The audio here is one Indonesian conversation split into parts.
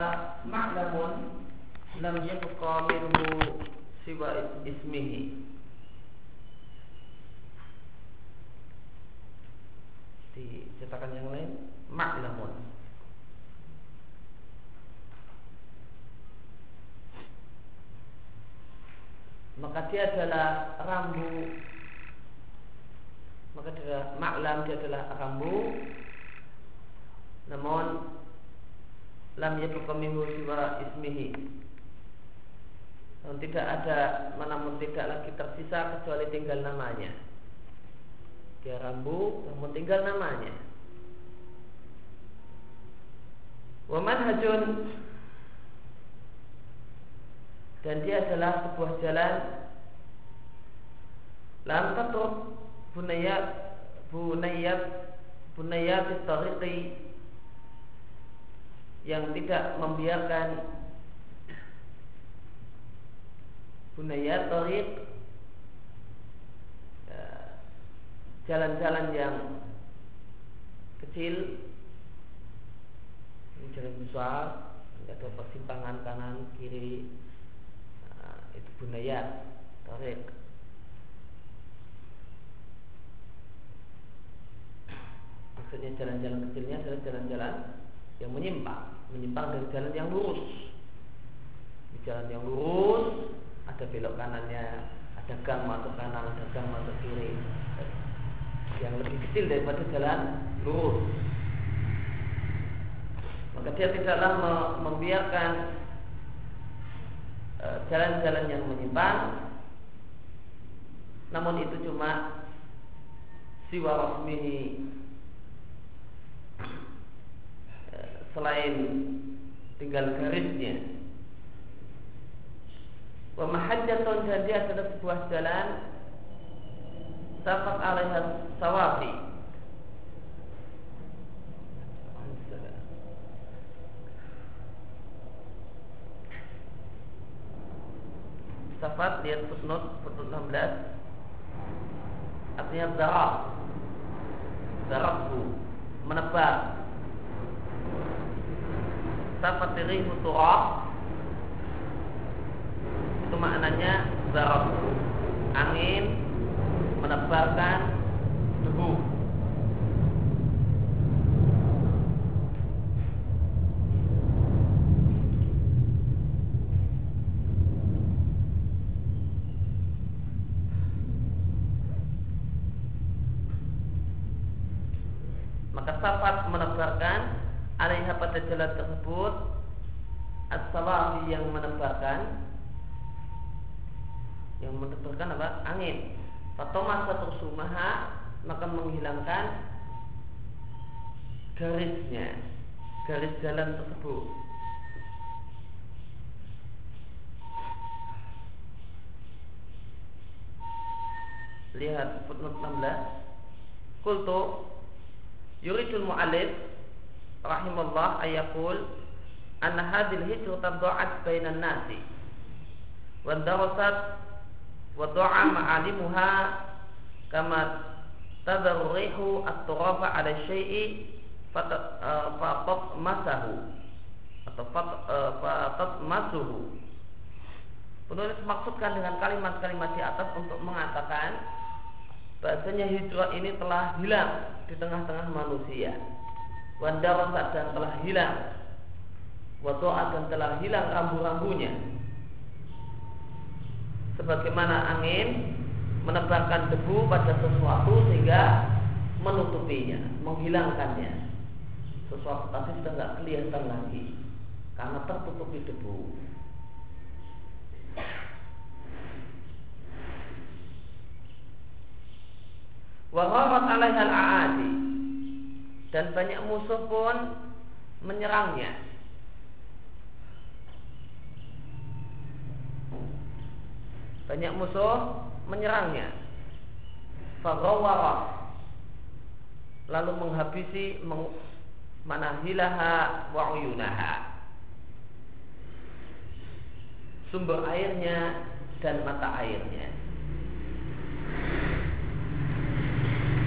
ma'lamun lam yabqa minhu siwa ismihi. Di cetakan yang lain ma'lamun. Maka dia adalah rambu. Maka dia adalah ma'lam, dia adalah rambu. Namun lam yabqa minhu siwa ismihi. Dan tidak ada, namun tidak lagi tersisa kecuali tinggal namanya. Dia rambu, namun tinggal namanya. Wa manhajun, dan dia adalah sebuah jalan. Lam tatruk bunayat tariqi, yang tidak membiarkan bunayat tariq, jalan-jalan yang kecil, jalan besar, ada persimpangan kanan kiri, itu bunayat tariq. Maksudnya jalan-jalan kecilnya adalah jalan-jalan yang menyimpang dari jalan yang lurus. Di jalan yang lurus ada belok kanannya, ada gang masuk kanan, ada gang masuk kiri, yang lebih kecil daripada jalan lurus. Maka dia tidaklah membiarkan jalan-jalan yang menyimpang, namun itu cuma siwa rasmihi, selain tinggal garisnya. Wa mahajjatun, dan dia adalah sebuah jalan safat alaiha sawafi, safat, lihat footnote 16, artinya darabku, menebak. Safat diri muturah, itu maknanya darabku, angin menebarkan debu. Maka safat menebarkan alaiha, pada jalan tersebut, as-sawafi, yang menebarkan apa? Angin. Fatomasa tersumaha, maka menghilangkan garisnya, garis jalan tersebut. Lihat footnote 16. Qultu yuridul mu'allif rahimallah ayaqul anna hadhil hijrata da'at bainan nasi wa darasat wa da'a ma'alimuha kama tadarrihu at-turafa 'ala syai'i fatat masahu atau fatat masuhu. Penulis maksudkan dengan kalimat-kalimat di atas untuk mengatakan bahasanya hijrah ini telah hilang di tengah-tengah manusia. Wadarasat, dan telah hilang. Wadoa, dan telah hilang rambu-rambunya. Sebagaimana angin menebarkan debu pada sesuatu sehingga menutupinya, menghilangkannya. Sesuatu tadi sudah tidak kelihatan lagi karena tertutupi debu. Wa gharat 'alaiha al-a'adi, dan banyak musuh pun menyerangnya. Banyak musuh menyerangnya. Faghawara, lalu menghabisi manahilaha wa uyunaha, sumber airnya dan mata airnya.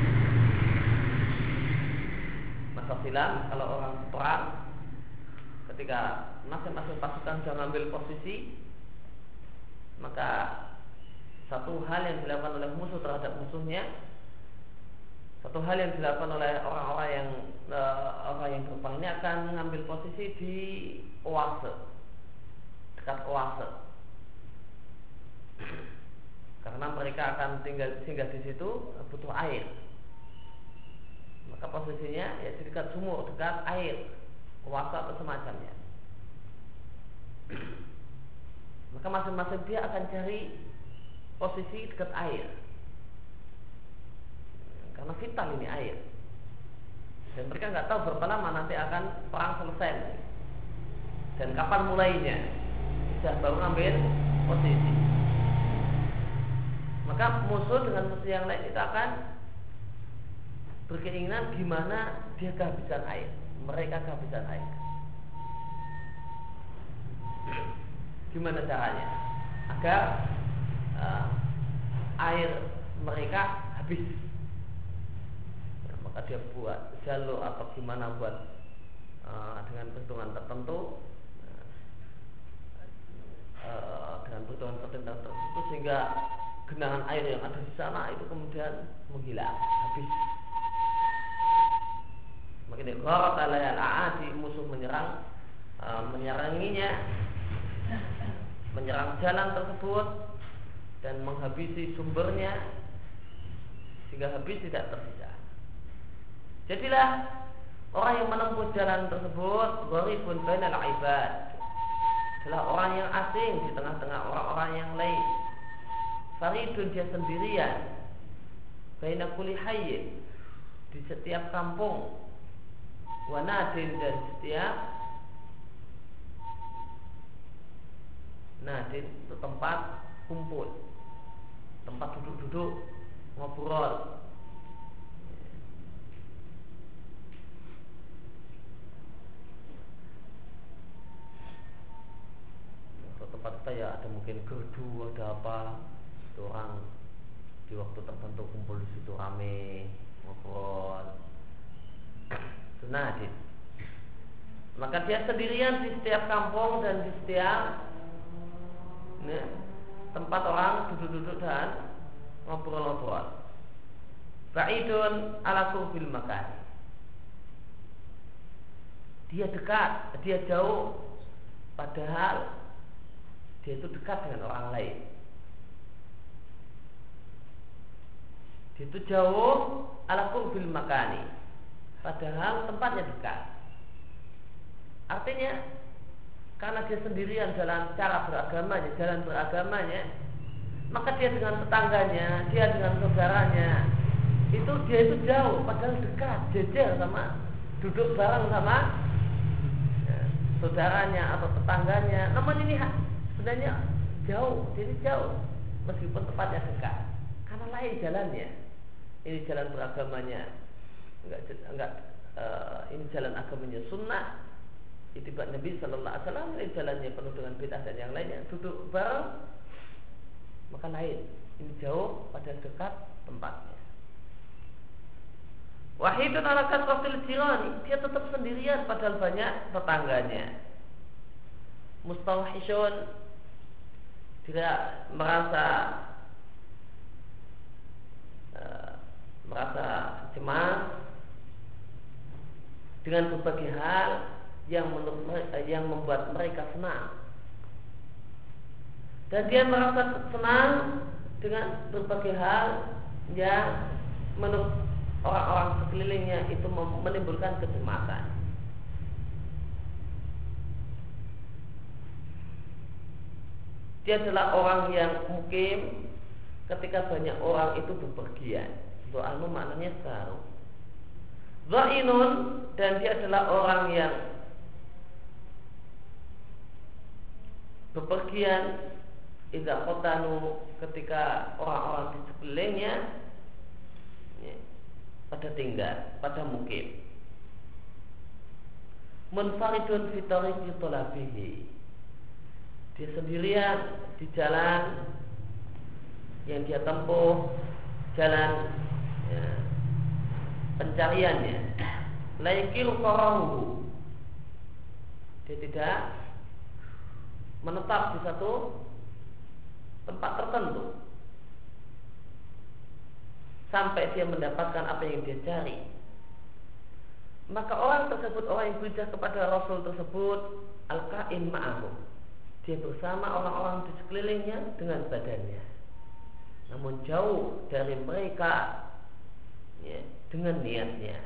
Masa silam, kalau orang perang ketika masing-masing pasukan sudah mengambil posisi, maka satu hal yang dilakukan oleh musuh terhadap musuhnya, satu hal yang dilakukan oleh orang yang berperang ini akan mengambil posisi di oase, dekat oase, karena mereka akan singgah di situ, butuh air. Maka posisinya ya di dekat sumur, dekat air, oase atau semacamnya. Maka masing-masing dia akan cari posisi dekat air, karena vital ini air. Dan mereka nggak tahu berapa lama nanti akan perang selesai dan kapan mulainya. Sudah baru ngambil posisi. Maka musuh dengan musuh yang lain itu akan berkeinginan gimana dia kehabisan air, mereka kehabisan air. Gimana caranya agar air mereka habis? Maka dia buat jalur atau gimana buat dengan perhitungan tertentu, sehingga genangan air yang ada di sana itu kemudian menghilang, habis. Makin gharat alayal aadi, musuh menyeranginya, menyerang jalan tersebut dan menghabisi sumbernya sehingga habis tidak tersisa. Jadilah orang yang menempuh jalan tersebut gharibun bainal ibad, adalah orang yang asing di tengah-tengah orang-orang yang lain. Faridun, dia sendirian, baina kulli hayyin, di setiap kampung, wa nadin, dan setiap nadin itu tempat kumpul, tempat duduk-duduk ngobrol. Tempat kita ya ada mungkin gerdu, ada apa, itu orang di waktu tertentu kumpul di situ rame ngobrol. Itu nadin. Maka dia sendirian di setiap kampung dan di setiap tempat orang duduk-duduk dan ngobrol-ngobrol. Ba'idun ala qurbil makan. Dia dekat, dia jauh, padahal dia itu dekat dengan orang lain. Dia itu jauh ala qurbil makani, padahal tempatnya dekat. Artinya karena dia sendirian dalam cara beragamanya, jalan beragamanya, maka dia dengan tetangganya, dia dengan saudaranya, dia itu jauh, padahal dekat, jejer sama, duduk bareng sama saudaranya atau tetangganya. Namun ini sebenarnya jauh, jadi jauh meskipun tempatnya dekat, karena lain jalannya. Ini jalan beragamanya, ini jalan agamanya sunnah, ittiba Nabi Sallallahu Alaihi Wasallam. Ini jalannya penuh dengan bid'ah dan yang lainnya, duduk bareng, maka lain. Ini jauh padahal dekat tempatnya. Wahidun ala kasratil jirani, dia tetap sendirian padahal banyak tetangganya. Mustawhishun, dia merasa cemas dengan berbagai hal yang membuat mereka senang, dan dia merasa senang dengan berbagai hal yang menurut orang-orang sekelilingnya itu menimbulkan kecemasan. Dia adalah orang yang mukim ketika banyak orang itu bepergian. Do'anu maknanya saru. Dha'inun, dan dia adalah orang yang bepergian idza qatanu, ketika orang-orang di sekelilingnya pada tinggal, pada mukim. Munfaridun fi tariqi talabihi, dia sendirian di jalan yang dia tempuh, jalan pencariannya. La yakiru qarahu, Dia tidak menetap di satu tempat tertentu sampai dia mendapatkan apa yang dia cari. Maka orang tersebut, orang yang berhijrah kepada Rasul tersebut, al-qa'im ma'ahum, dia bersama orang-orang di sekelilingnya dengan badannya, namun jauh dari mereka ya, dengan niatnya.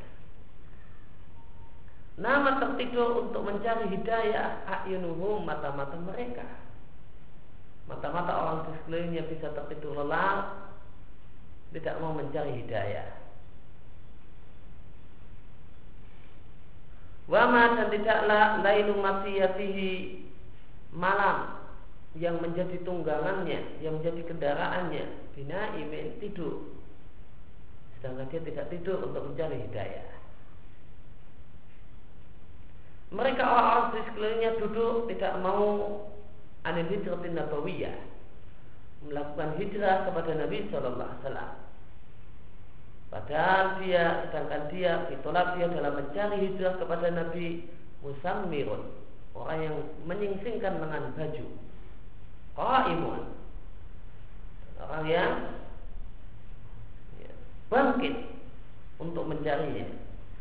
Nama tertidur untuk mencari hidayah, a'yunuhum, mata-mata mereka. Mata-mata orang di sekelilingnya bisa tertidur lelap, tidak mau mencari hidayah. Wama, dan tidaklah lailu masiyatihi, malam yang menjadi tunggangannya, yang menjadi kendaraannya, binaimin, tidur. Sedangkan dia tidak tidur untuk mencari hidayah. Mereka orang-orang di sekelilingnya duduk tidak mau anil hijratin nabawiyah, melakukan hijrah kepada Nabi Sallallahu Alaihi Wasallam. Padahal sedangkan dia ditolak dia dalam mencari hijrah kepada Nabi, musammirun, orang yang menyingsingkan lengan baju, qaimun, orang yang bangkit untuk mencarinya.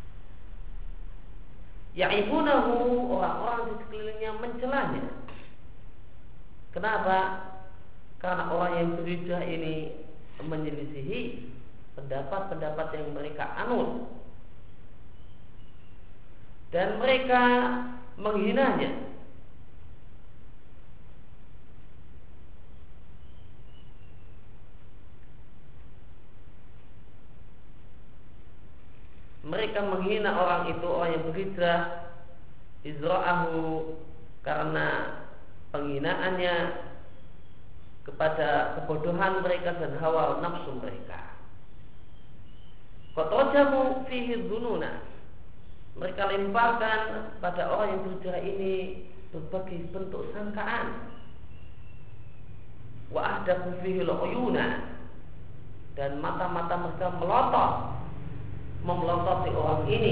Ya'ibunahu, orang-orang di sekelilingnya mencelanya. Kenapa? Karena orang yang berhijrah ini menyelisihi pendapat-pendapat yang mereka anut, dan mereka menghinanya. Mereka menghina orang itu, orang yang berhijrah, izra'ahu, karena penghinaannya kepada kebodohan mereka dan hawa nafsu mereka. Qatajamu fihi dzununa, mereka lemparkan pada orang yang berhijrah ini berbagai bentuk sangkaan. Wa ahdatsu fihi al-uyuna, dan mata-mata mereka memelototi orang ini.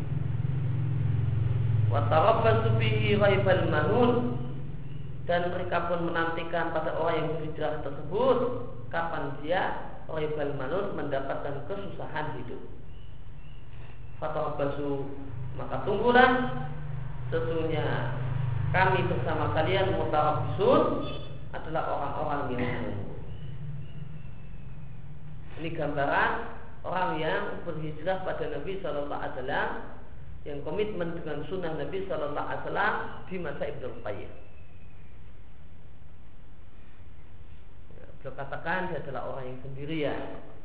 Wa tarabbasu bihi ghaibal manun, dan mereka pun menantikan pada orang yang berhijrah tersebut kapan dia ghaibal manun mendapatkan kesusahan hidup. Fatarabbasu, maka tunggulah, sesungguhnya kami bersama kalian mutarabbisun, adalah orang-orang yang menunggu. Ini gambaran orang yang berhijrah pada Nabi Sallallahu Alaihi Wasallam, yang komitmen dengan sunnah Nabi Sallallahu Alaihi Wasallam di masa Ibnul Qayyim. Beliau katakan dia adalah orang yang sendirian.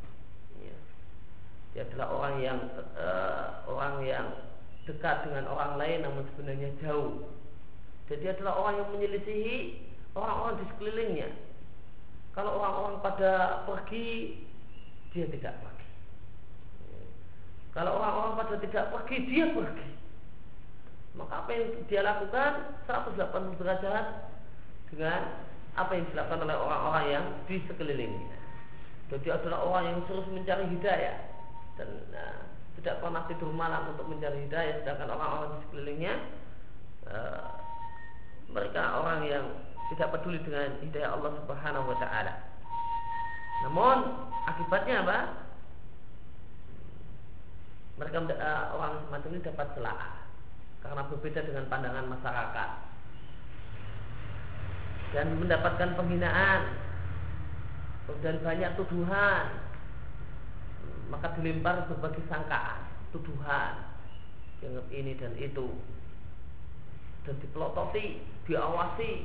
Dia adalah orang yang dekat dengan orang lain, namun sebenarnya jauh. Jadi dia adalah orang yang menyelisihi orang-orang di sekelilingnya. Kalau orang-orang pada pergi, dia tidak pergi. Kalau orang-orang pada tidak pergi, dia pergi. Maka apa yang dia lakukan 180 derajat dengan apa yang dilakukan oleh orang-orang yang di sekelilingnya. Jadi adalah orang yang terus mencari hidayah dan tidak pernah tidur malam untuk mencari hidayah. Sedangkan orang-orang di sekelilingnya, mereka orang yang tidak peduli dengan hidayah Allah Subhanahu Wa Taala. Namun akibatnya apa? Mereka orang semacam ini dapat celah karena berbeda dengan pandangan masyarakat dan mendapatkan penghinaan dan banyak tuduhan. Maka dilempar berbagai sangkaan, tuduhan yang ini dan itu, dan dipelototi, diawasi,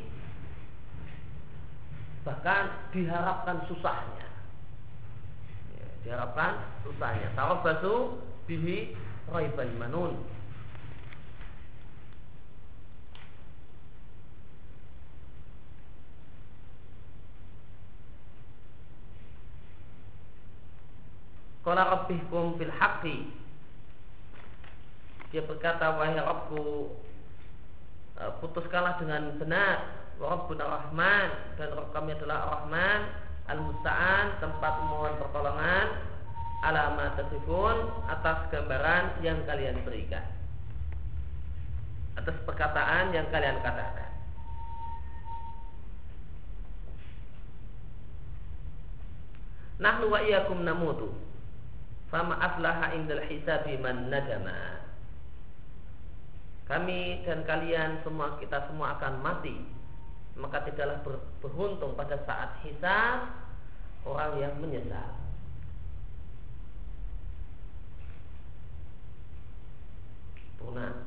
bahkan diharapkan susahnya. Diharapkan susahnya. Tarabbasu bihi raibal manun. Qala rabbikum bil haqqi, dia berkata, wahai Rabbku, putuskanlah dengan benar. Wa Rabbuna Rahman, dan Rabb kami adalah Rahman, Al-Musta'an, tempat memohon pertolongan, ala ma tasifun, atas gambaran yang kalian berikan. atas perkataan yang kalian katakan. Nahnu wa iyyakum namutu fama aflaha indal hisabi man nadama. Kami dan kalian semua, kita semua akan mati, maka tidaklah beruntung pada saat hisab orang yang menyesal. Purna.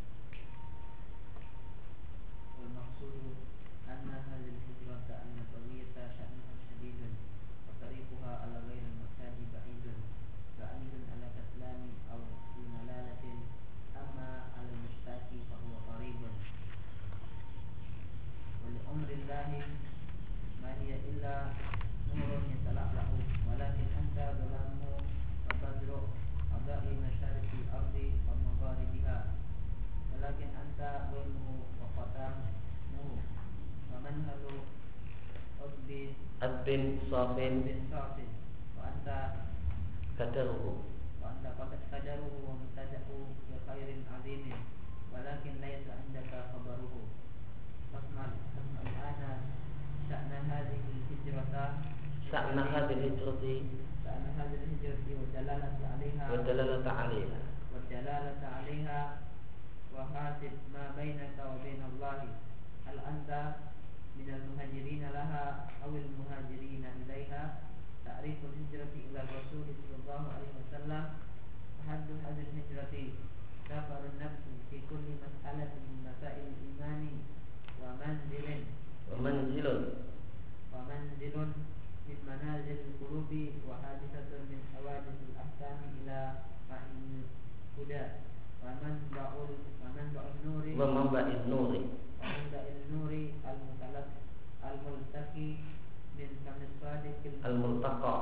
Bin Safin wa anta qadaruhu wa muntajahu bi khairin azimin walakin laysa indaka khabaruhu fasmal ana sya'na hadhihi hijrati wa dalalata 'alaiha wa hasib ma bainaka wa bainallahi hal anta minal muhajirin laha awil muhajirin ilaiha ta'riful hijrati ila rasul sallallahu alaihi wasallam haddu hadil hijrati safarun nafsi fi kulli mas'alatin min masail imani wa manzilun min manazil qulubi wa hadithatun min hawadithil ahkami ila ma'in huda wa manba'il nuri al-multaqi min famis sadiqil al-multaqa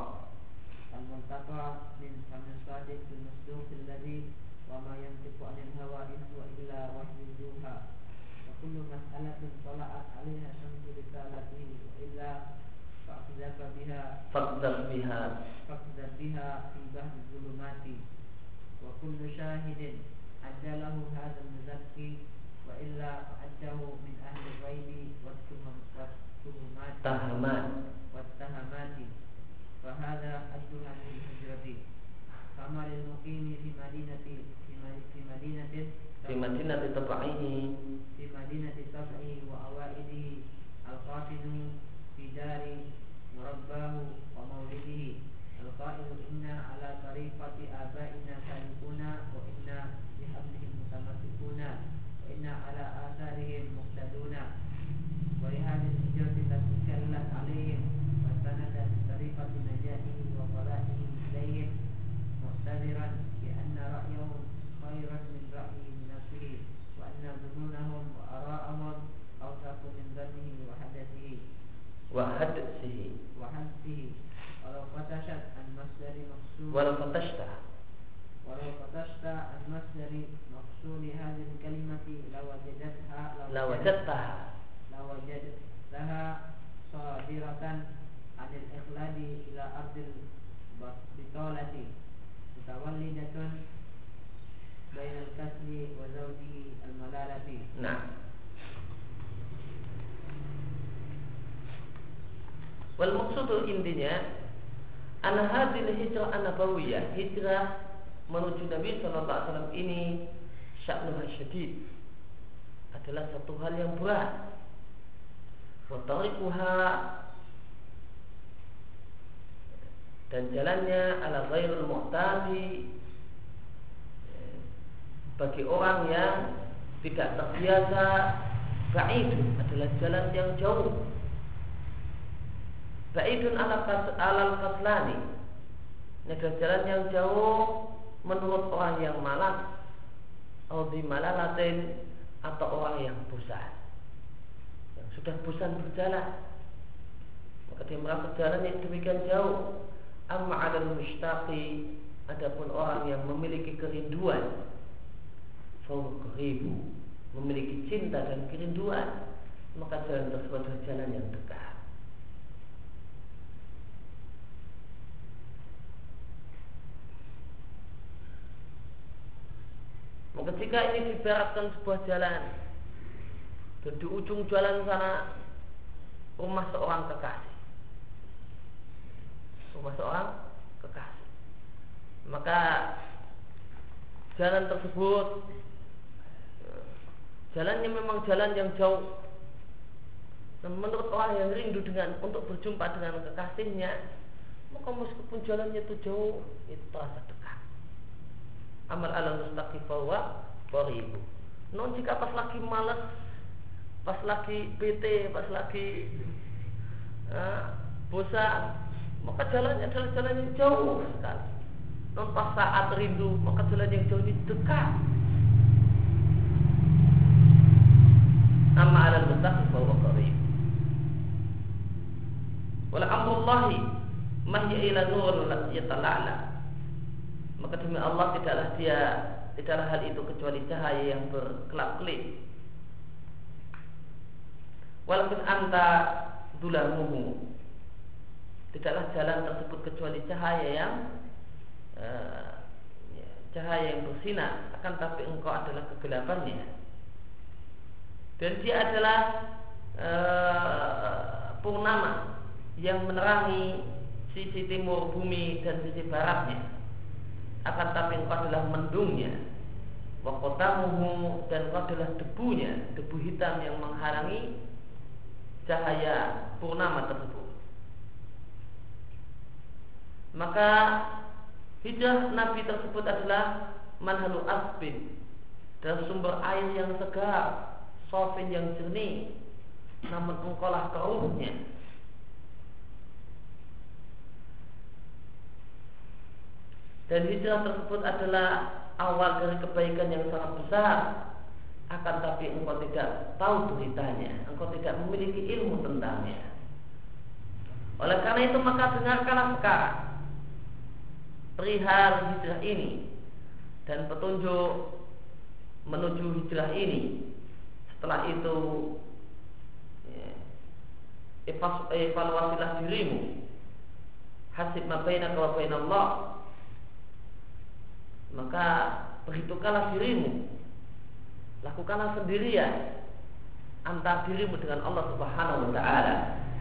min famis sadiqil masduqil ladzi wa ma yantiqu 'anil hawa in huwa illa wahyun yuha wa kullu mas'alatin tala'at 'alaiha shamsu risalatihi wa illa faqdha biha fi bahri zulumati wa kullu shahidin ajalahu hadha al-muzakki wa illa fa'addahu min ahli ghaibi wa tahamati fa hadha ajruha min hijrati kama lil muqimi fi madinati tab'ihi wa awaidihi al-qatinu fi dari murabbahu wa maulidihi al-qailu inna ala tariqati abaina salikuna wa inna bihablihim mutamassikuna wa inna ala atharihim muqtaduna wa lihadhihi al-hijrati allati kallat alaihim wa sanadat tariqati najatihi wa falahihi ilaihim muqtadiran bi anna ra'yahum khairan min ra'yihi min nafsihi wa anna dhununahum wa ara'ahum awsaqu min dhannihi wa hadasihi walau fatashat an masdari maqsud walau fatashta an masdari maqsudi hadhihi kalimati lawajadtaha sadiratan anil ikhladi ila ardil bitolati mutawallidatun bainal kasli wa zawjihi al malalati. Nah, wal maqsudu intinya anna hadhihi hijrah an-nabawiyah, hijrah menuju Nabi sallallahu alaihi wasallam ini sya'nuha syadid, adalah satu hal yang berat. Wa tariquha, dan jalannya ala ghairil mu'tadi, bagi orang yang tidak terbiasa, ba'idun, adalah jalan yang jauh. Ba'idun alal kaslani, ini adalah jalan yang jauh menurut orang yang malas, atau di malalatin, atau orang yang bosan, yang sudah bosan berjalan, maka dia merasa jalan yang demikian jauh. Amma adal mushtaqi, adapun orang yang memiliki kerinduan, fahuwa qaribu, memiliki cinta dan kerinduan, maka jalan tersebut adalah jalan yang dekat. Maka jika ketika ini dibaratkan sebuah jalan, dan di ujung jalan sana rumah seorang kekasih, maka jalan tersebut jalannya memang jalan yang jauh. Dan menurut orang yang rindu untuk berjumpa dengan kekasihnya, maka meskipun jalannya itu jauh, itu terasa dekat. Amal ala mustaqif wa qaribu. Non jika pas lagi malas, pas lagi bete, pas lagi bosan, maka jalannya adalah jalan yang jauh sekali. Non pas saat rindu, maka jalan yang jauh ini dekat. Amma ala mustaqif wa qaribu. Wala amrullahi mahya ila nurul yatala'la. Maka demi Allah tidaklah hal itu kecuali cahaya yang berkelap-kelip. Walakin anta dulamuhu. Tidaklah jalan tersebut kecuali cahaya yang bersinar, akan tapi engkau adalah kegelapannya. Dan dia adalah purnama yang menerangi sisi timur bumi dan sisi baratnya, akan tapi engkau adalah mendungnya. Wa qatamuhu, dan engkau adalah debunya, debu hitam yang menghalangi cahaya purnama tersebut. Maka hijrah Nabi tersebut adalah manhalu asbin, dan sumber air yang segar, sofin yang jernih, namun engkaulah keruhnya. Dan hijrah tersebut adalah awal dari kebaikan yang sangat besar, akan tapi engkau tidak tahu beritanya, engkau tidak memiliki ilmu tentangnya. Oleh karena itu maka dengarkanlah sekarang perihal hijrah ini dan petunjuk menuju hijrah ini. Setelah itu evaluasilah dirimu, hasib ma bainaka wa bainallah. Maka perhitungkanlah dirimu, lakukanlah sendirian antara dirimu dengan Allah Subhanahu wa ta'ala.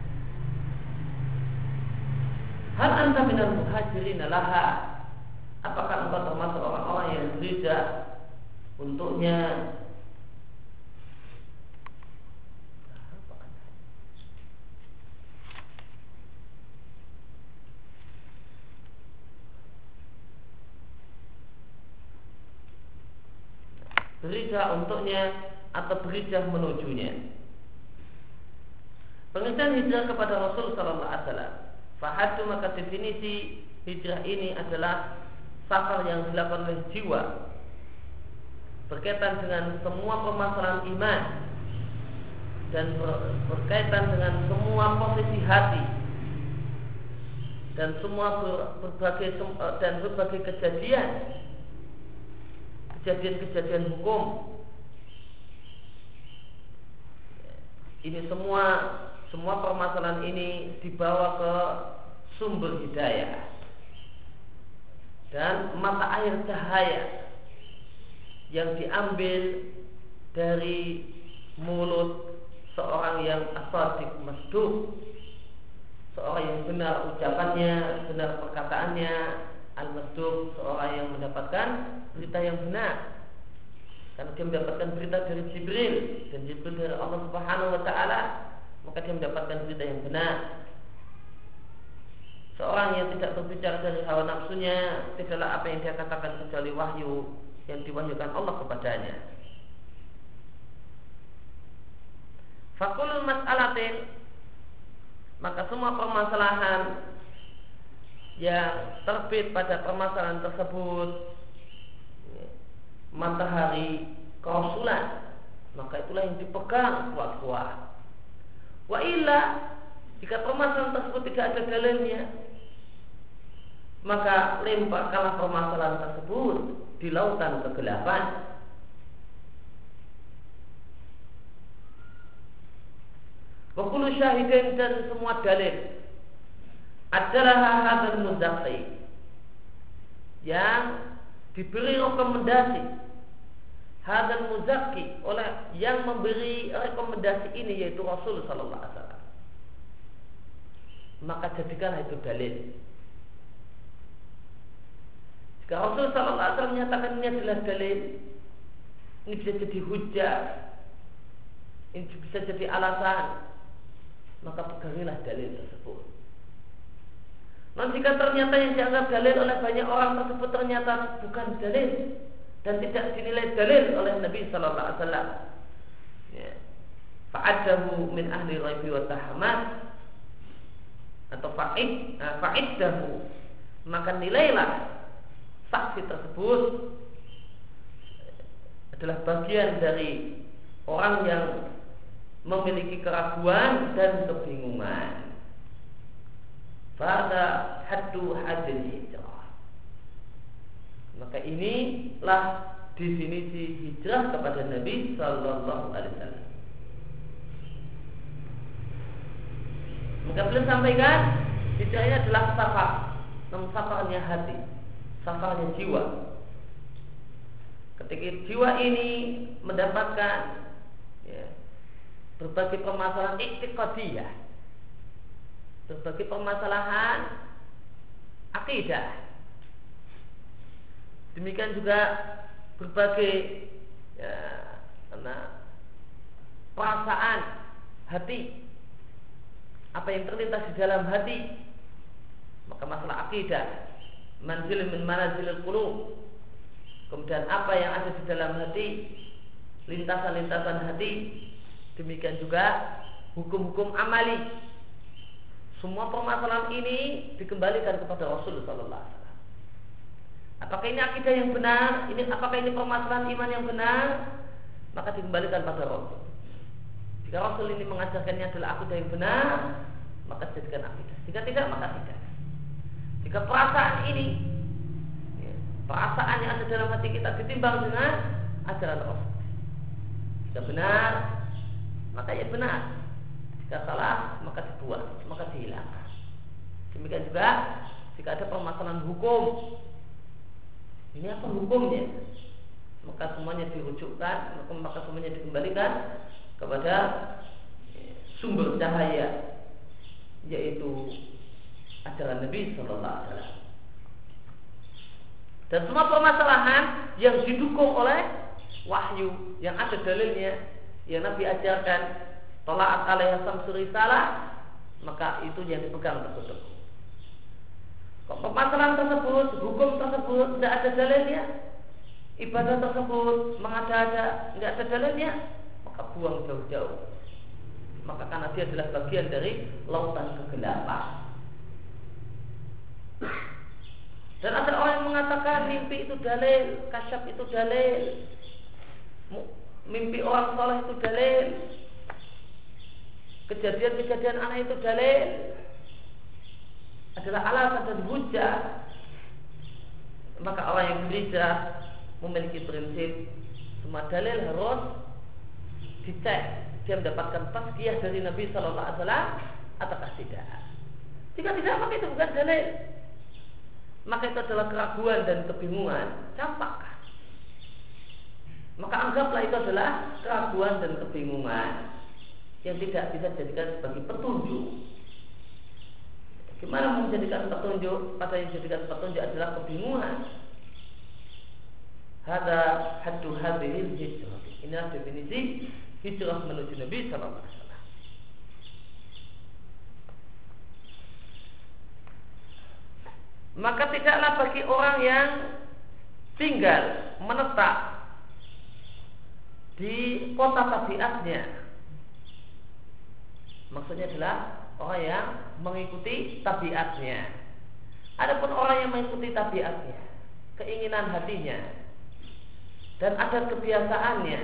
Hal anta minal muhajirin laha, apakah engkau termasuk orang-orang yang berizah untuknya? Berizah untuknya atau berizah menujunya. Pengertian hijrah kepada Rasul sallallahu alaihi wasallam. Fahadu, maka definisi hijrah ini adalah safar yang dilakukan oleh jiwa berkaitan dengan semua permasalahan iman dan berkaitan dengan semua posisi hati dan semua berbagai kejadian hukum. Ini semua permasalahan ini dibawa ke sumber hidayah dan mata air cahaya yang diambil dari mulut seorang yang as-sadiq masduq, seorang yang benar ucapannya, benar perkataannya, al-masduq, seorang yang mendapatkan berita yang benar, karena dia mendapatkan berita dari Jibril, dan Jibril dari Allah Subhanahu wa ta'ala, maka dia mendapatkan berita yang benar. Seorang yang tidak berbicara dari hawa nafsunya, tidaklah apa yang dia katakan kecuali wahyu yang diwahyukan Allah kepadanya. Fakul mas'alatin, maka semua permasalahan yang terbit pada permasalahan tersebut matahari kerasulan, maka itulah yang dipegang kuat-kuat. Wa illa, jika permasalahan tersebut tidak ada dalilnya, maka lemparkanlah permasalahan tersebut di lautan kegelapan. Wa kullu syahidin, dan semua dalil adalah hadzal mudzaqi, yang diberi rekomendasi hadzal muzakki, oleh yang memberi rekomendasi ini yaitu Rasul sallallahu alaihi wasallam, maka jadikanlah itu dalil. Jika Rasul sallallahu alaihi wasallam menyatakan ini adalah dalil, ini bisa jadi hujjah, ini bisa jadi alasan, maka pegangilah dalil tersebut. Namun jika ternyata yang dianggap dalil oleh banyak orang tersebut ternyata bukan dalil dan tidak dinilai dalil oleh Nabi sallallahu alaihi wasallam, ya, fa'adahu min ahli raibi wa tahamat, atau fa'iddahu, maka nilailah saksi tersebut adalah bagian dari orang yang memiliki keraguan dan kebingungan. Pada haddu hadil hijrah, maka inilah definisi hijrah kepada Nabi sallallahu alaihi wasallam. Maka beliau sampaikan hijrahnya adalah safar, namun safarnya hati, safarnya jiwa. Ketika jiwa ini mendapatkan, ya, berbagai permasalahan i'tiqadiyah, berbagai permasalahan akidah, demikian juga berbagai, ya, perasaan hati, apa yang terlintas di dalam hati, maka masalah akidah, manzil min manazilil qulub, kemudian apa yang ada di dalam hati, lintasan-lintasan hati, demikian juga hukum-hukum amali. Semua permasalahan ini dikembalikan kepada Rasul sallallahu alaihi wasallam. Apakah ini akidah yang benar? Apakah ini permasalahan iman yang benar? Maka dikembalikan pada Rasul. Jika Rasul ini mengajarkannya adalah akidah yang benar, maka jadikan akidah. Jika tidak, maka tidak. Jika perasaan ini, ya, perasaan yang ada dalam hati kita ditimbang dengan ajaran Rasul, jika benar, maka ya benar. Jika salah, maka dibuang, maka dihilangkan. Demikian juga jika ada permasalahan hukum, ini apa hukumnya, maka semuanya dirujukkan, maka semuanya dikembalikan kepada sumber cahaya, yaitu ajaran Nabi sallallahu alaihi wasallam. Dan semua permasalahan yang didukung oleh wahyu, yang ada dalilnya, yang Nabi ajarkan, tolak alaiha samsur risalah, maka itu yang dipegang tersebut. Kok permasalahan tersebut, hukum tersebut tidak ada dalilnya, ibadah tersebut mengada-ada, tidak ada dalilnya, maka buang jauh-jauh. Maka karena dia adalah bagian dari lautan kegelapan. Dan ada orang yang mengatakan mimpi itu dalil, kasyaf itu dalil, mimpi orang soleh itu dalil, kejadian-kejadian anak itu dalil, adalah alasan dan hujjah. Maka orang yang berijah memiliki prinsip semua dalil harus dicek, dia mendapatkan tazkiyah dari Nabi sallallahu alaihi wasallam ataukah tidak. Jika tidak, maka itu bukan dalil, maka itu adalah keraguan dan kebingungan, campakkan. Maka anggaplah itu adalah keraguan dan kebingungan yang tidak bisa dijadikan sebagai petunjuk. Gimana menjadikan petunjuk? Pada yang dijadikan petunjuk adalah kebingungan. Hada haddu hadhil hijrah. Inilah definisi hijrah menuju Nabi sallallahu alaihi wasallam. Maka tidaklah bagi orang yang tinggal menetap di kota tabiatnya, maksudnya adalah orang yang mengikuti tabiatnya. Adapun orang yang mengikuti tabiatnya, keinginan hatinya dan adat kebiasaannya,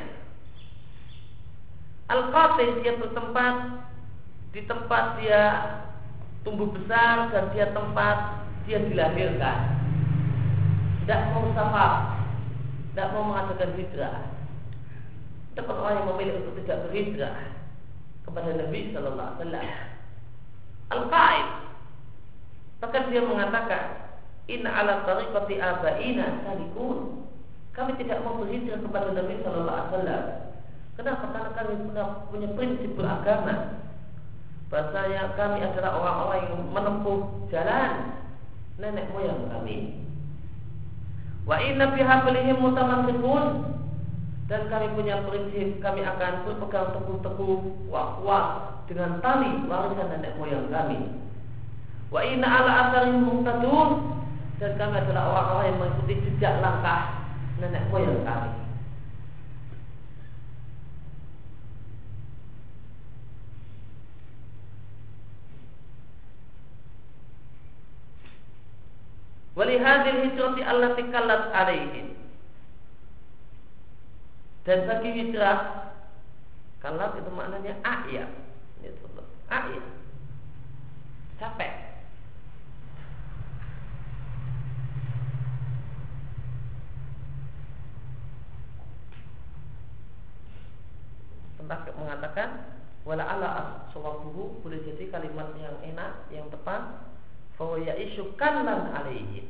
al-qatin, dia bertempat di tempat dia tumbuh besar dan dia tempat dia dilahirkan, tidak mau safar, tidak mau mengadakan hijrah. Adapun orang yang memilih untuk tidak berhijrah kepada Nabi sallallahu alaihi wasallam, al-qaid, maka dia mengatakan inna ala tariqati abaina salikun, kami tidak mau berhijrah kepada Nabi Sallallahu Alaihi Wasallam. Kenapa? Karena kami punya prinsip beragama. Bahasanya kami adalah orang-orang yang menempuh jalan nenek moyang kami. Wa inna biha bilihim mutamassikun, dan kami punya prinsip kami akan berpegang teguh-teguh kuat dengan tali warisan nenek moyang kami. Wa inna ala atharihim muqtadun, dan kami adalah orang-orang yang mengikuti jejak langkah nenek moyang kami. Walihadil hijrati allati kallat alaihim, dan bagi hijrah kallat itu maknanya a'ya, a'ya, capek. Tentang mengatakan wala ala aswabuhu, boleh jadi kalimat yang enak, yang tepat. Fawa ya'ishu kallan alaihim,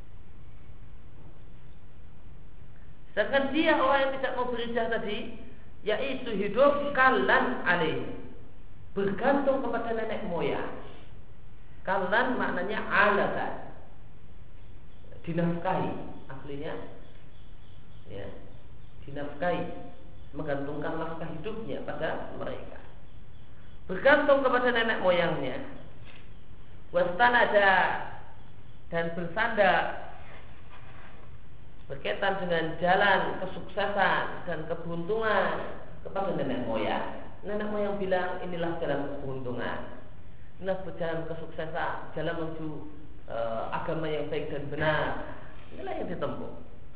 sedangkan dia orang yang tidak mau berijah tadi, yaitu hidup kallan alaihim, bergantung kepada nenek moyang. Kallan maknanya alakan, dinafkahi aslinya, ya, dinafkahi, menggantungkan nafkah hidupnya pada mereka, bergantung kepada nenek moyangnya. Wastanada, dan bersandar berkaitan dengan jalan kesuksesan dan keberuntungan kepada nenek moyang. Nenek moyang bilang inilah jalan keberuntungan, inilah jalan kesuksesan, jalan menuju agama yang baik dan benar. Inilah yang ditempuh.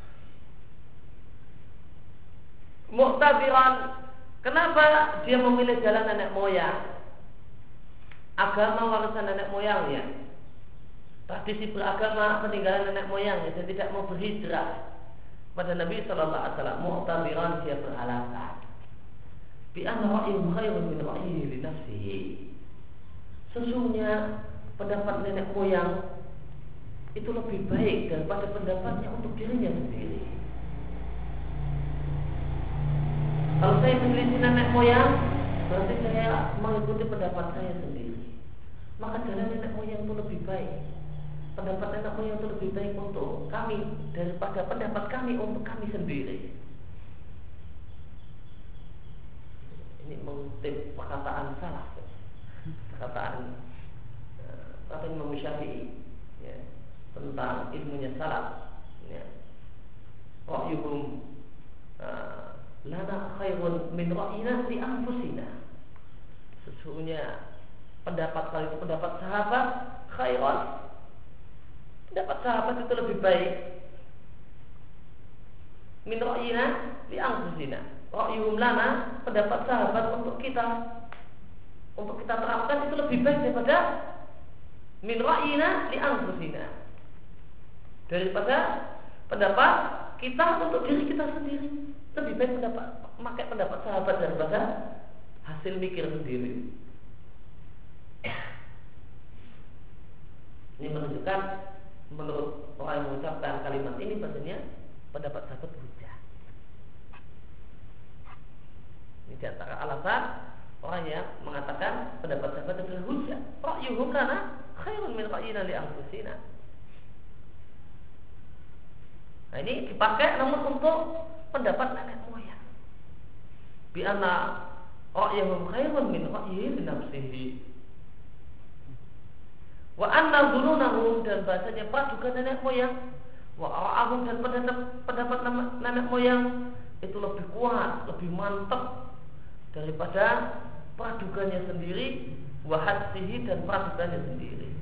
Mu'tabiran, kenapa dia memilih jalan nenek moyang? Agama warisan nenek moyangnya, tradisi beragama peninggalan nenek moyangnya, dan tidak mau berhijrah pada Nabi Sallallahu Alaihi Wasallam. Mu'tabiran, dia beralasan bi anna ra'yuhu khairun min ra'yihi li nafsihi, sesungguhnya pendapat nenek moyang itu lebih baik daripada pendapatnya untuk dirinya sendiri. Kalau saya meneliti nenek moyang, berarti saya mengikuti pendapat saya sendiri. Maka jalan nenek moyang itu lebih baik, pendapat nenek moyang itu lebih baik untuk kami daripada pendapat kami untuk kami sendiri. Ini mengutip perkataan salaf, perkataan Imam Syafi'i, ya, tentang ilmunya salaf, ya. Ra'yuhum lana khairun min ra'yina li anfusina, sesungguhnya pendapat kali itu pendapat sahabat khairun, pendapat sahabat itu lebih baik min ra'yina li anfusina, ra'yuhum lana, pendapat sahabat untuk kita terapkan itu lebih baik daripada min ra'yina li anfusina, daripada pendapat kita untuk diri kita sendiri. Lebih baik memakai pendapat sahabat daripada hasil mikir sendiri. Ini menunjukkan menurut orang yang mengucapkan kalimat ini bahasanya pendapat sahabat hujah. Ini di antara alasan orang yang mengatakan pendapat sahabat adalah hujah. Ra'yuhum lana khairun min ra'yina li anfusina. Nah, ini dipakai namun untuk pendapat nenek moyang. Bi anna ra'yuhum khairun min ra'yihi li nafsihi. Wa anna dzununahum, dan bahasanya praduga nenek moyang, wa ara'ahum, dan pendapat nenek moyang itu lebih kuat, lebih mantap daripada praduganya sendiri, wa hadsihi, dan praduganya sendiri.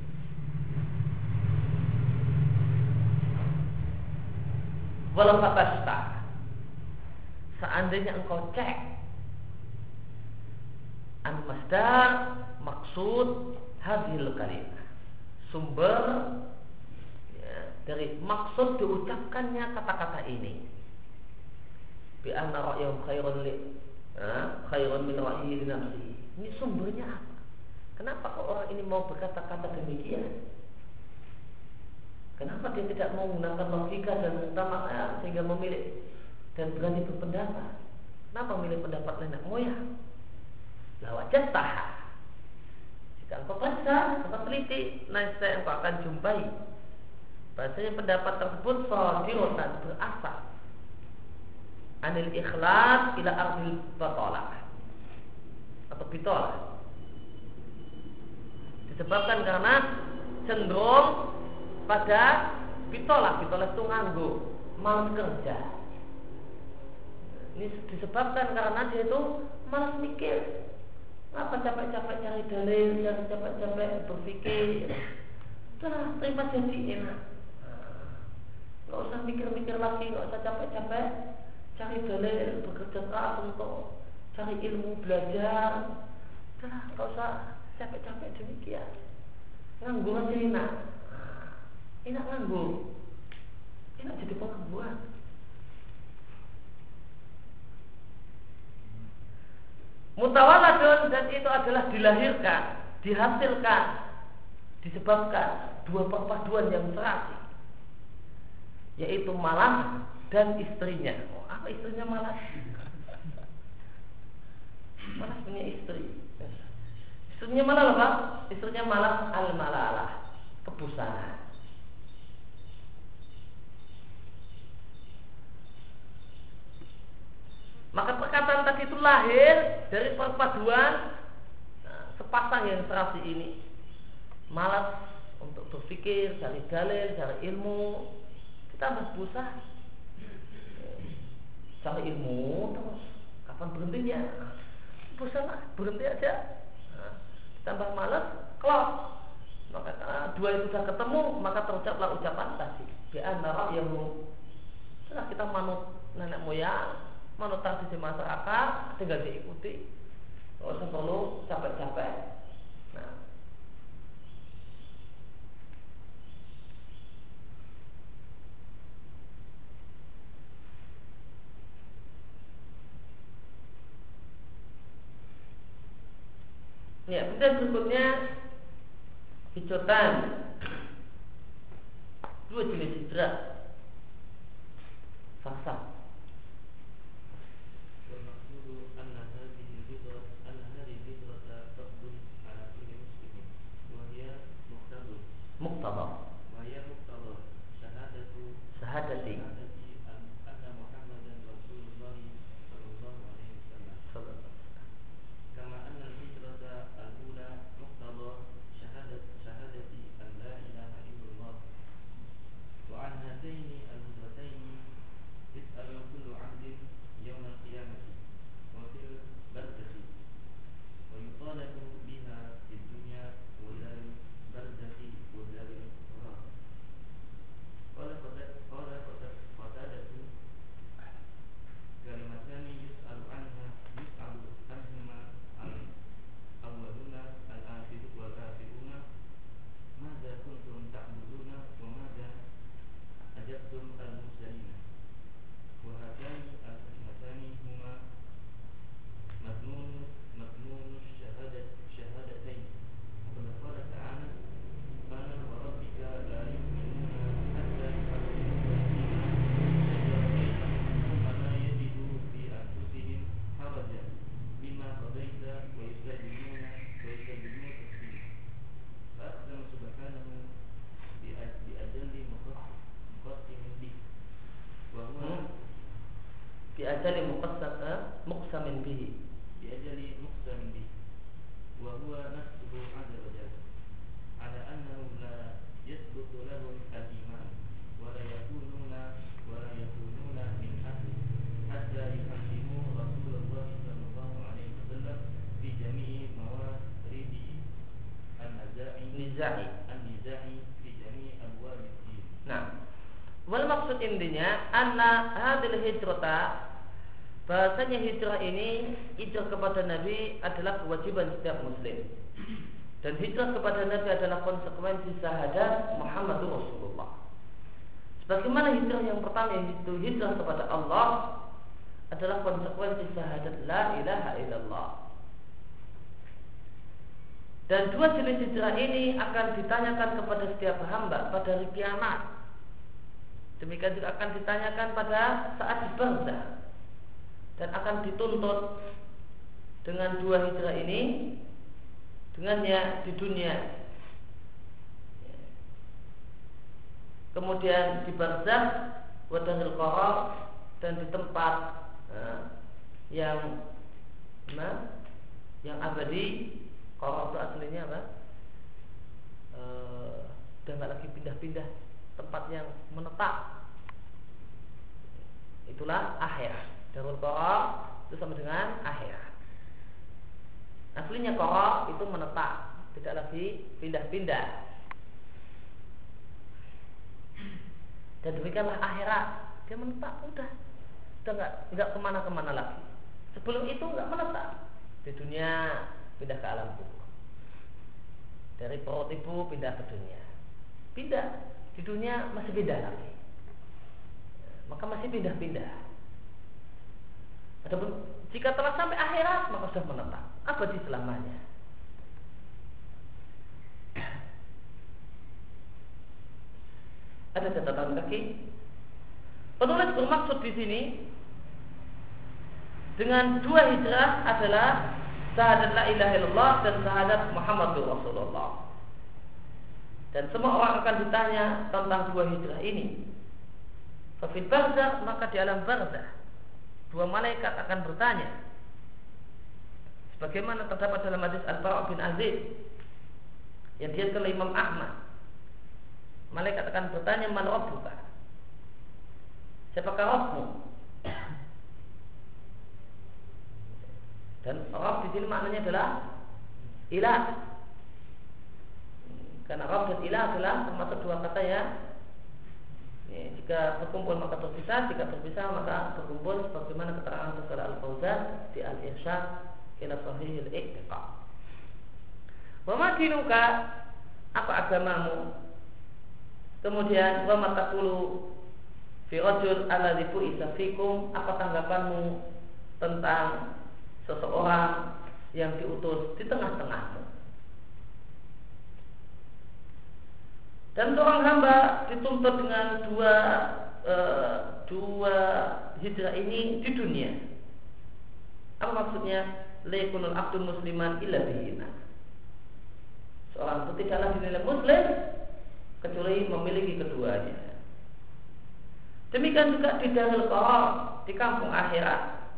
Walau fatasta, seandainya engkau cek an-masdar, maksud hadhil kalimah, sumber, ya, dari maksud diucapkannya kata-kata ini, bi anna ra'yuhum khairun min ra'yihi li nafsihi. Ini sumbernya apa? Kenapa orang ini mau berkata-kata demikian? Kenapa dia tidak mau menggunakan logika dan mengutamakan sehingga memilih dan berani berpendapat? Kenapa memilih pendapat nenek moyang? Lawajat taha. Jika engkau baca, engkau teliti, nanti engkau akan jumpai bahasanya pendapat tersebut sadirotan berasal anil ikhlas ila ardil batalah atau bitalah, disebabkan karena cenderung pada bitalah itu nganggur, malas kerja. Ini disebabkan karena dia itu malas mikir. Apa capek-capek cari dalil, yang capek-capek berpikir. Udah terima jadi enak. Gak usah mikir-mikir lagi, gak usah capek-capek cari dalil, bekerja keras untuk cari ilmu, belajar. Udah gak usah capek-capek demikian. Nganggur aja enak. Enak nganggur, enak jadi pengangguran. Mutawaladun, dan itu adalah dilahirkan, dihasilkan, disebabkan dua perpaduan yang serasi, yaitu malas dan istrinya. Oh, apa istrinya malas? Malas punya istri. Istrinya malas apa? Istrinya malas al-malalah, kebosanan. Maka perkataan tadi itu lahir dari perpaduan sepasang yang serasi ini. Malas untuk berpikir, cari dalil, cari ilmu, ditambah bosan. Cari ilmu terus, kapan berhentinya? Bosan lah, berhenti aja. Ditambah malas, kelop. Maka dua itu sudah ketemu, maka terucaplah ucapan tadi. Bi'anna yang setelah kita manut nenek moyang, manut tradisi masyarakat, tinggal diikuti, nggak usah perlu capek-capek. Nah, ya, kemudian berikutnya hijauan. Dua jenis hijrah. Faksa. Muqtada. Wahya muqtada syahadati anna Muhammadan Rasulullah sallallahu alaihi wasallam. Kama anna al-hijrata al-ula muqtada syahadati an la ilaha illallah. Wa an hataini al-hijrataini yas'alu kullu 'abdin yawm al-qiyamati wa fil barzakhi wa yutalabu biha fid dunya wa dal barzakhi. Biajali muqsamin bihi, biajali muqsamin bihi, wa huwa nafsuhu azza wa jalla, ala annahu la yasbutu lahum al-iman, wa la yakununa min ahli hatta yuhaqqimu Rasulullah sallallahu alaihi wasallam fi jami'i mawaridi an-nizai fi jami'i abwab ad-din. Nah, wal maksud intinya anna hadil hijrata, bahasanya hijrah ini, hijrah kepada Nabi adalah kewajiban setiap muslim. Dan hijrah kepada Nabi adalah konsekuensi syahadat Muhammadur Rasulullah. Sebagaimana hijrah yang pertama, yaitu hijrah kepada Allah, adalah konsekuensi syahadat la ilaha illallah. Dan dua jenis hijrah ini akan ditanyakan kepada setiap hamba pada hari kiamat. Demikian juga akan ditanyakan pada saat di barzakh. Dan akan dituntut dengan dua hijrah ini dengannya di dunia. Kemudian di barzakh wa daril qarar, dan di tempat yang abadi. Qarar itu aslinya apa? Udah nggak lagi pindah-pindah, tempat yang menetap. Itulah akhirat. Darul qarar itu sama dengan akhirat. Aslinya qarar itu menetap, tidak lagi pindah-pindah. Dan demikianlah akhirat, dia menetap, udah nggak kemana-kemana lagi. Sebelum itu nggak menetap. Di dunia pindah ke alam kubur, dari perut ibu pindah ke dunia, pindah di dunia masih pindah lagi, maka masih pindah-pindah. Adapun jika telah sampai akhirat maka sudah menetap abadi selamanya. Ada catatan kaki. Penulis bermaksud di sini dengan dua hijrah adalah syahadat la ilaha illallah dan syahadat Muhammadur Rasulullah. Dan semua orang akan ditanya tentang dua hijrah ini. Fafil barzakh, maka di alam barzakh dua malaikat akan bertanya, sebagaimana terdapat dalam hadis Al-Bara' bin Azib yang diriwayatkan oleh Imam Ahmad. Malaikat akan bertanya, man rabbuka? Siapakah Rabbmu? Dan Rabb di sini maknanya adalah ilah. Karena Rabb dan ilah adalah termasuk dua kata ya. Jika berkumpul maka berpisah, jika berpisah maka berkumpul, sebagaimana keterangan Syaikh Al-Fauzan di Al-Irsyad ila Sahihil Iqtiqa. Wa ma dinuka, apa agamamu? Kemudian wa ma taqulu fi rajul alladzi bu'itsa fikum, apa tanggapanmu tentang seseorang yang diutus di tengah-tengahmu? Dan seorang hamba dituntut dengan dua hijrah ini di dunia. Apa maksudnya? Laikunul abdul musliman illa bihina. Seorang itu tidaklah dinilai muslim kecuali memiliki keduanya. Demikian juga di darul qarar, di kampung akhirat.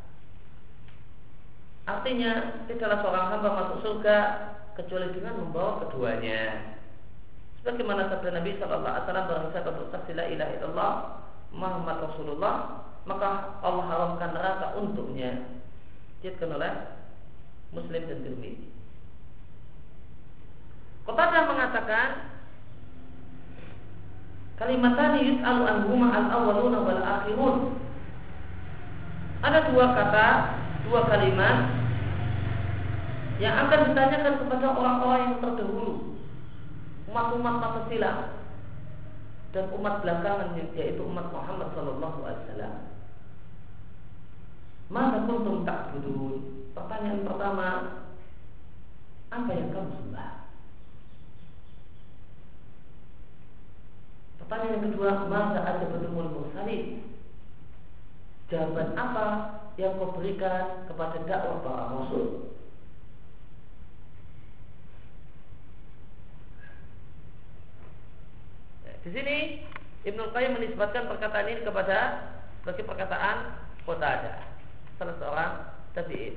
Artinya tidaklah seorang hamba masuk surga kecuali dengan membawa keduanya. Sebagaimana sabda Nabi sallallahu alaihi wasallam, barang siapa bersaksi la ilaha illallah Muhammad Rasulullah, maka Allah haramkan neraka untuknya. Diriwayatkan oleh Muslim dan Tirmidzi. Qatadah mengatakan, kalimatani yus'alu anhuma al-awwaluna wal akhirun. Ada dua kata, dua kalimat yang akan ditanyakan kepada orang-orang yang terdahulu, umat-umat masa silam dan umat belakangan, yaitu umat Muhammad sallallahu alaihi wasallam. Maka kuntum ta'budun. Pertanyaan pertama, apa yang kamu sembah? Pertanyaan yang kedua, masa ada bertemu mursalin? Jawaban apa yang kau berikan kepada dakwah para rasul? Di sini Ibnu Qayyim menisbatkan perkataan ini kepada sebagai perkataan Qatadah, salah seorang tabi'in.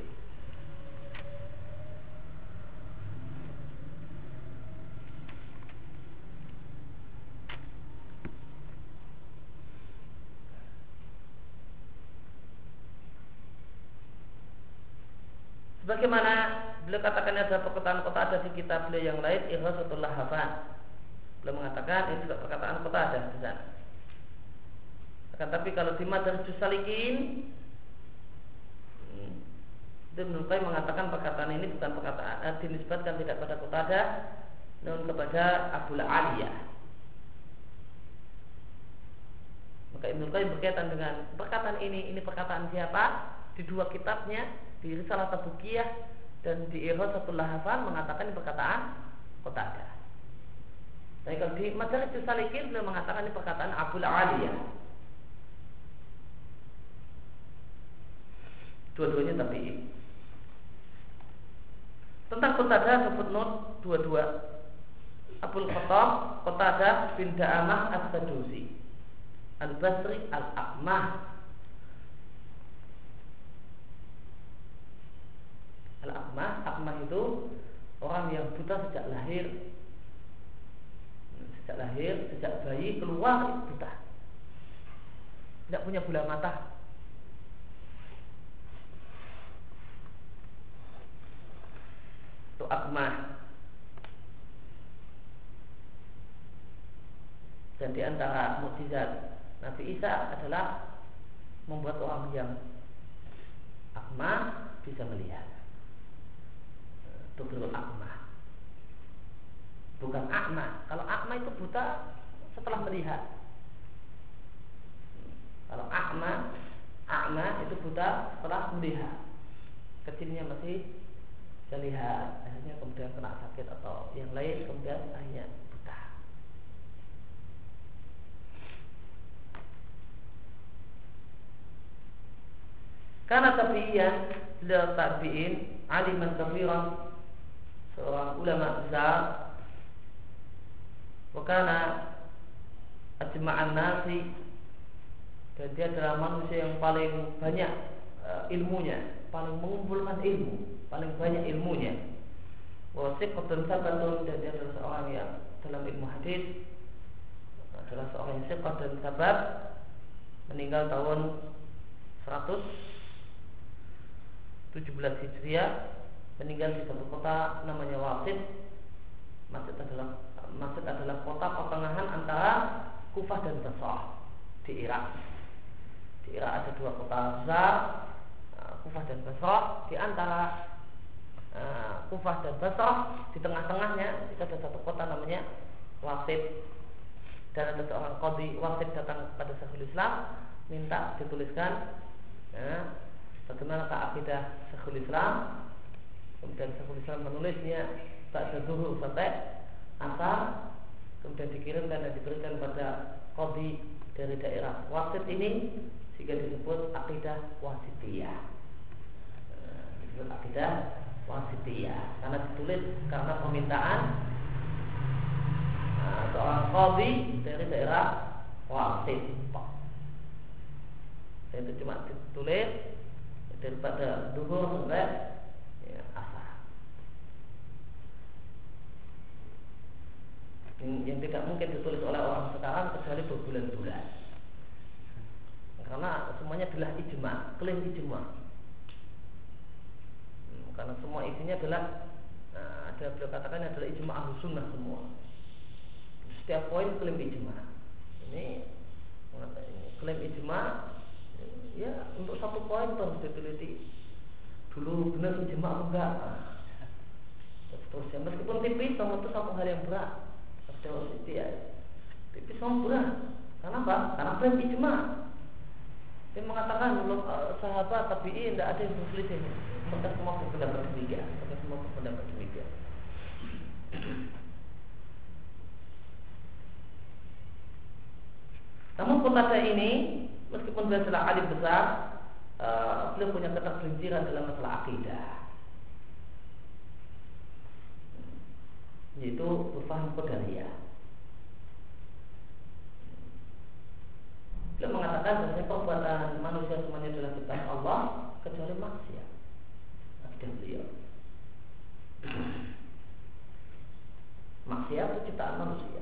Sebagaimana beliau katakan ada perkataan Qatadah di kitab beliau yang lain, Ighatsatul Lahafan. Beliau mengatakan ini juga perkataan Qatadah di sana. Akan tapi kalau di Madarijus Salikin, Ibnu Qayyim mengatakan perkataan ini bukan perkataan dinisbatkan tidak pada Qatadah, namun kepada Abul Aliyah. Maka Ibnu Qayyim berkaitan dengan perkataan ini perkataan siapa? Di dua kitabnya, di Risalah Tabukiyah dan di Irosatul Lahafan mengatakan ini perkataan Qatadah. Tapi kalau di Madarijus Salikin beliau mengatakan ini perkataan Abul Aliyah. Dua-duanya tabi'in. Tentang Qatadah ada footnote 22. Abul Khattab Qatadah bin Da'amah As-Sadusi Al-Basri Al-Aqmah. Al-Aqmah itu orang yang buta sejak lahir. Sejak bayi keluar buta, tidak punya bola mata. Itu Aqmah. Dan di antara mukjizat Nabi Isa adalah membuat orang yang Aqmah bisa melihat. Itu betul Aqmah. Bukan A'ma. Kalau A'ma itu buta setelah melihat. Kalau A'ma itu buta setelah melihat. Kecilnya masih bisa lihat, akhirnya kemudian kena sakit atau yang lain, kemudian akhirnya buta. Karena tabi'in, beliau tabi'in, aliman kafiran, seorang ulama besar, wakana ajma'an nasi, dan dia adalah manusia yang paling banyak ilmunya, paling mengumpulkan ilmu, paling banyak ilmunya. Wasiqatun sabatun, dan dia adalah seorang yang dalam ilmu hadis adalah seorang yang siqat dan sabat, meninggal tahun 117 Hijriah, meninggal di satu kota namanya Wasit. Wasit adalah kota pertengahan antara Kufah dan Basrah di Irak. Di Irak ada dua kota besar, Kufah dan Basrah. Di antara Kufah dan Basrah, di tengah-tengahnya itu ada satu kota namanya Wasit. Dan ada seorang qadhi Wasit datang pada Syekhul Islam, minta dituliskan bagaimana akidah Syekhul Islam. Kemudian Syekhul Islam menulisnya ba'da zuhur sampai asar, kemudian dikirimkan dan diberikan pada qadhi dari daerah Wasit ini, sehingga disebut akidah Wasitiyah. Disebut akidah Wasitiyah karena ditulis karena permintaan seorang qadhi dari daerah Wasit. Dan itu cuma ditulis daripada zuhur sampai asar. Yang tidak mungkin ditulis oleh orang sekarang kecuali berbulan-bulan, karena semuanya adalah ijma, klaim ijma. Karena semua isinya adalah ada beliau katakan adalah ijma ahlus sunnah semua. Setiap poin klaim ijma. Ini klaim ijma. Ya, untuk satu poin harus diteliti dulu benar ijma atau enggak. Seterusnya, meskipun tipis, sama itu satu hal yang berat. Tipis sama berat. Karena apa? Karena klaim ijma. Dia mengatakan belum sahabat tabi'in tidak ada yang berselisih. Mereka semua berpendapat demikian. Namun Qatadah ini, meskipun beliau adalah alim besar, beliau punya ketergelinciran dalam masalah akidah, yaitu berfaham qadariyah. Beliau mengatakan bahwa perbuatan manusia semuanya adalah ciptaan Allah kecuali maksiat. Akidah beliau, maksiat itu ciptaan manusia.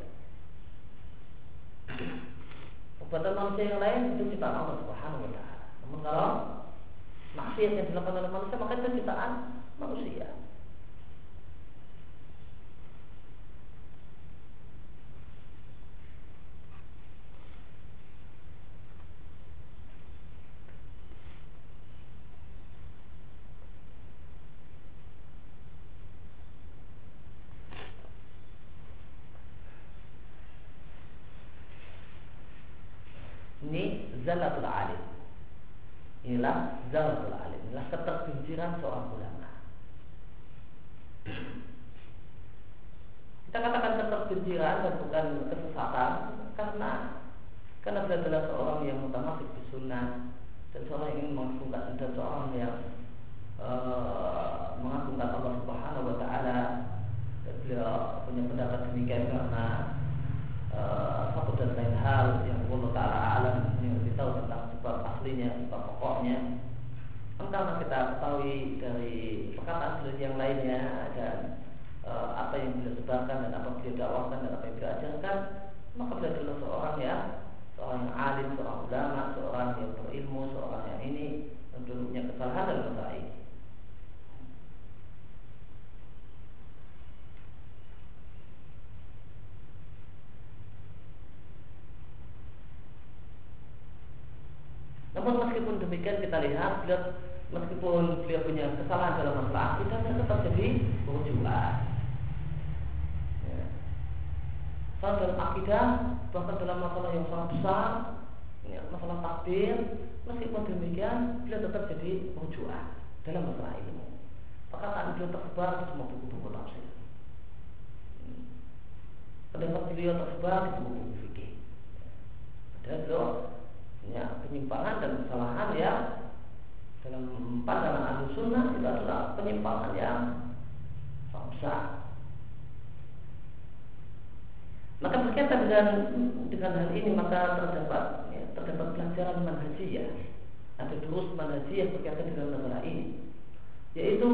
Perbuatan manusia yang lain itu ciptaan Allah Subhanahu wa ta'ala. Namun kalau maksiat yang dilakukan oleh manusia, maka itu ciptaan manusia. Ini zalatul alim. Inilah zalatul alim. Inilah ketergelinciran seorang ulama. Kita katakan ketergelinciran dan bukan kesesatan karena beliau adalah seorang yang mutamasik di sunnah dan seorang yang ingin mengagungkan dan seorang yang mengagungkan Allah Subhanahu wa taala. Beliau punya pendapat demikian karena satu dan lain hal yang Allah Ta'ala alam yang lebih tahu tentang sebab aslinya, sebab pokoknya. Karena kita ketahui dari perkataan beliau yang lainnya dan apa yang beliau sebarkan dan apa beliau dakwahkan dan apa yang beliau ajarkan, maka beliau adalah seorang yang alim, seorang ulama, seorang yang berilmu, seorang yang ini tentu punya kesalahan dalam masalah ini. Namun meskipun demikian kita lihat meskipun beliau punya kesalahan dalam masalah akidah, dia tetap jadi berjuang. Ya. Salah dalam akidah, bahkan dalam masalah yang sangat besar, ya, masalah takdir, meskipun demikian beliau tetap jadi berjuang dalam masalah ilmu. Perkataan beliau tersebar di semua buku-buku tafsir. Pendapat beliau tersebar di buku-buku fikih. Padahal beliau punya penyimpangan dan kesalahan yang dalam pandangan ahli sunnah itu adalah penyimpangan yang sangat besar. Maka berkaitan dengan hal ini maka terdapat pelajaran manhajiyah, ada durus manhajiyah berkaitan dengan masalah ini, yaitu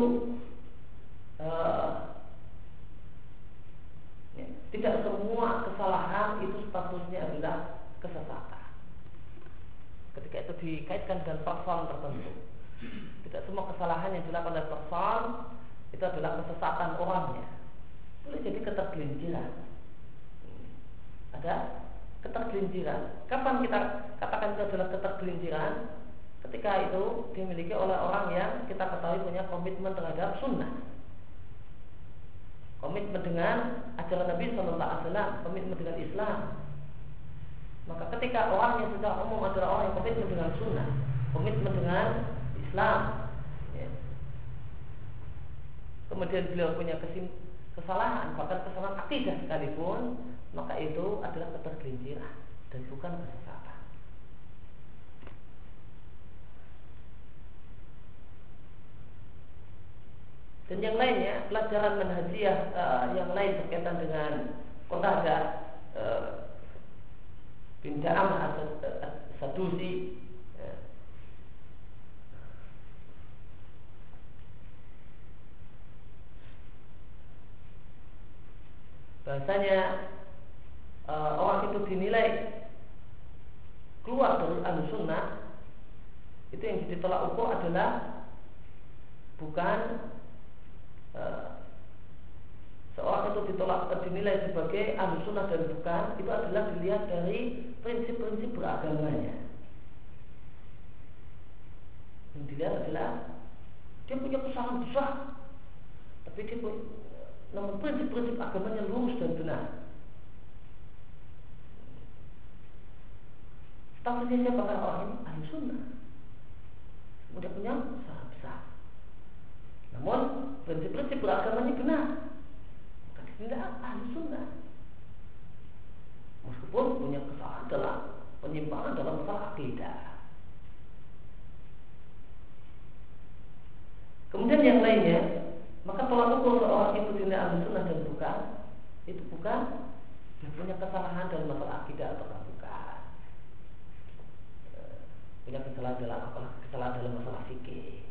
tidak semua kesalahan itu statusnya adalah kesesatan. Ketika itu dikaitkan dengan person tertentu, tidak semua kesalahan yang dilakukan oleh person itu adalah kesesatan orangnya. Boleh jadi ketergelinciran. Ada ketergelinciran. Kapan kita katakan itu adalah ketergelinciran? Ketika itu dimiliki oleh orang yang kita ketahui punya komitmen terhadap sunnah, komitmen dengan ajaran Nabi Sallallahu Alaihi Wasallam, komitmen dengan Islam. Maka ketika orang yang secara umum adalah orang yang komitmen dengan sunnah, komitmen dengan Islam, ya, kemudian beliau punya kesalahan, bahkan kesalahan akidah sekalipun, maka itu adalah ketergelinciran dan bukan kesesatan. Dan yang lainnya, pelajaran manhajiyah yang lain berkaitan dengan Qatadah bin Da'amah As-Sadusi, bahasanya orang itu dinilai keluar dari Ahlussunnah, itu yang ditolak ukur adalah bukan seorang itu dinilai sebagai Ahlussunnah dan bukan, itu adalah dilihat dari prinsip-prinsip beragamanya. Yang dilihat adalah dia punya kesalahan besar, tapi dia punya, namun prinsip-prinsip agamanya lurus dan benar. Statusnya siapakah orang ini? Ahlussunnah. Kemudian punya kesalahan besar, namun prinsip-prinsip beragamanya benar, maka dinilai Ahlussunnah. Meskipun punya kesalahan dalam penyimpangan dalam masalah akidah. Kemudian yang lainnya, maka tolak ukur seorang itu dinilai Ahlussunnah dan bukan, itu bukan dia punya kesalahan dalam masalah akidah atau bukan, punya kesalahan dalam masalah fikih.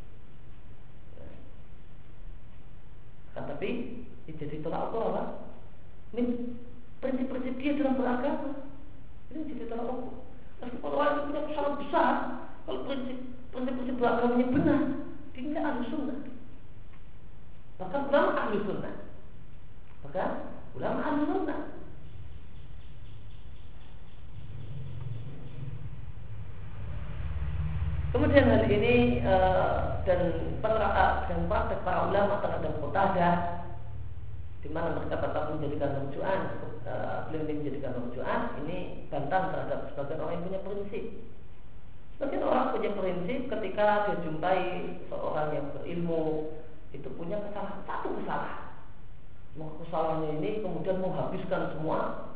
Kan tapi jadi tolak ukur apa? Prinsip-prinsip dia dalam beragama ini jadi tolak ukur. Meskipun orang itu punya kesalahan besar, kalau prinsip-prinsip beragamanya benar, dinilai Ahlussunnah. Bahkan ulama Ahlussunnah. Kemudian hal ini dan praktek para ulama terhadap Qatadah, di mana mereka tetap menjadikan rujukan, beliau menjadikan rujukan, ini bantahan terhadap sebagian orang yang punya prinsip. Sebagian orang punya prinsip ketika dia jumpai seorang yang berilmu itu punya kesalahan, satu kesalahan, kesalahannya ini kemudian menghabiskan semua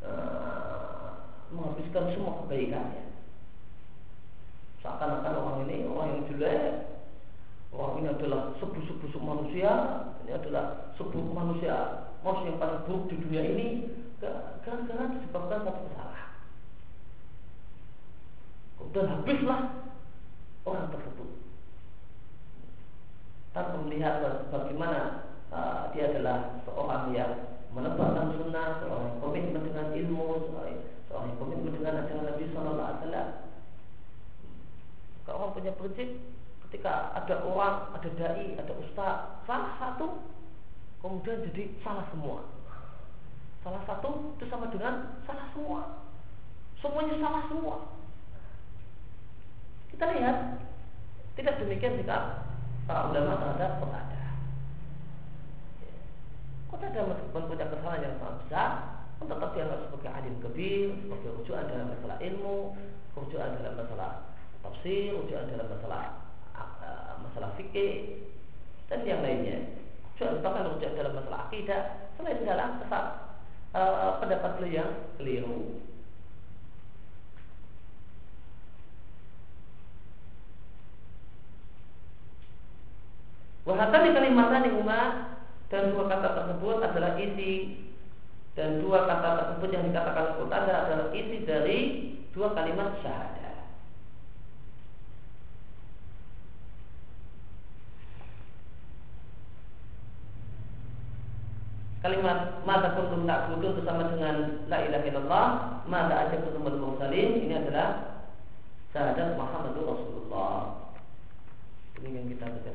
kebaikannya. Seakan-akan orang ini orang yang jelek, orang ini adalah sebusuk-busuk manusia, ini adalah seburuk manusia yang paling buruk di dunia ini, gara-gara disebabkan satu kesalahan. Kemudian habislah orang tersebut tanpa melihat bagaimana dia adalah seorang yang menegakkan sunnah, seorang yang komitmen dengan ilmu, seorang yang komitmen dengan ajaran Nabi Sallallahu Alaihi Wasallam. Kalau orang punya prinsip, ketika ada orang, ada dai, ada ustaz, salah satu, kemudian jadi salah semua. Salah satu itu sama dengan salah semua. Semuanya salah semua. Kita lihat, tidak demikian sikap para ulama terhadap pengajar. Pengajar meskipun punya kesalahan yang sangat besar, tetap dianggap sebagai alim kabir, sebagai rujukan dalam masalah ilmu, rujukan dalam masalah tafsir, rujukan dalam masalah fikih dan yang lainnya. Bahkan rujukan dalam masalah akidah, selain dalam pendapat beliau yang keliru. Wahatan di kalimatan umat dan dua kata tersebut adalah isi, dan dua kata tersebut yang dikatakan Qatadah adalah isi dari dua kalimat syahadat. Kalimat mata kuntum ta'budun bersama dengan la ilaha illallah, mata aja kuntum mursalin, ini adalah syahadat Muhammadur Rasulullah. Ini yang kita baca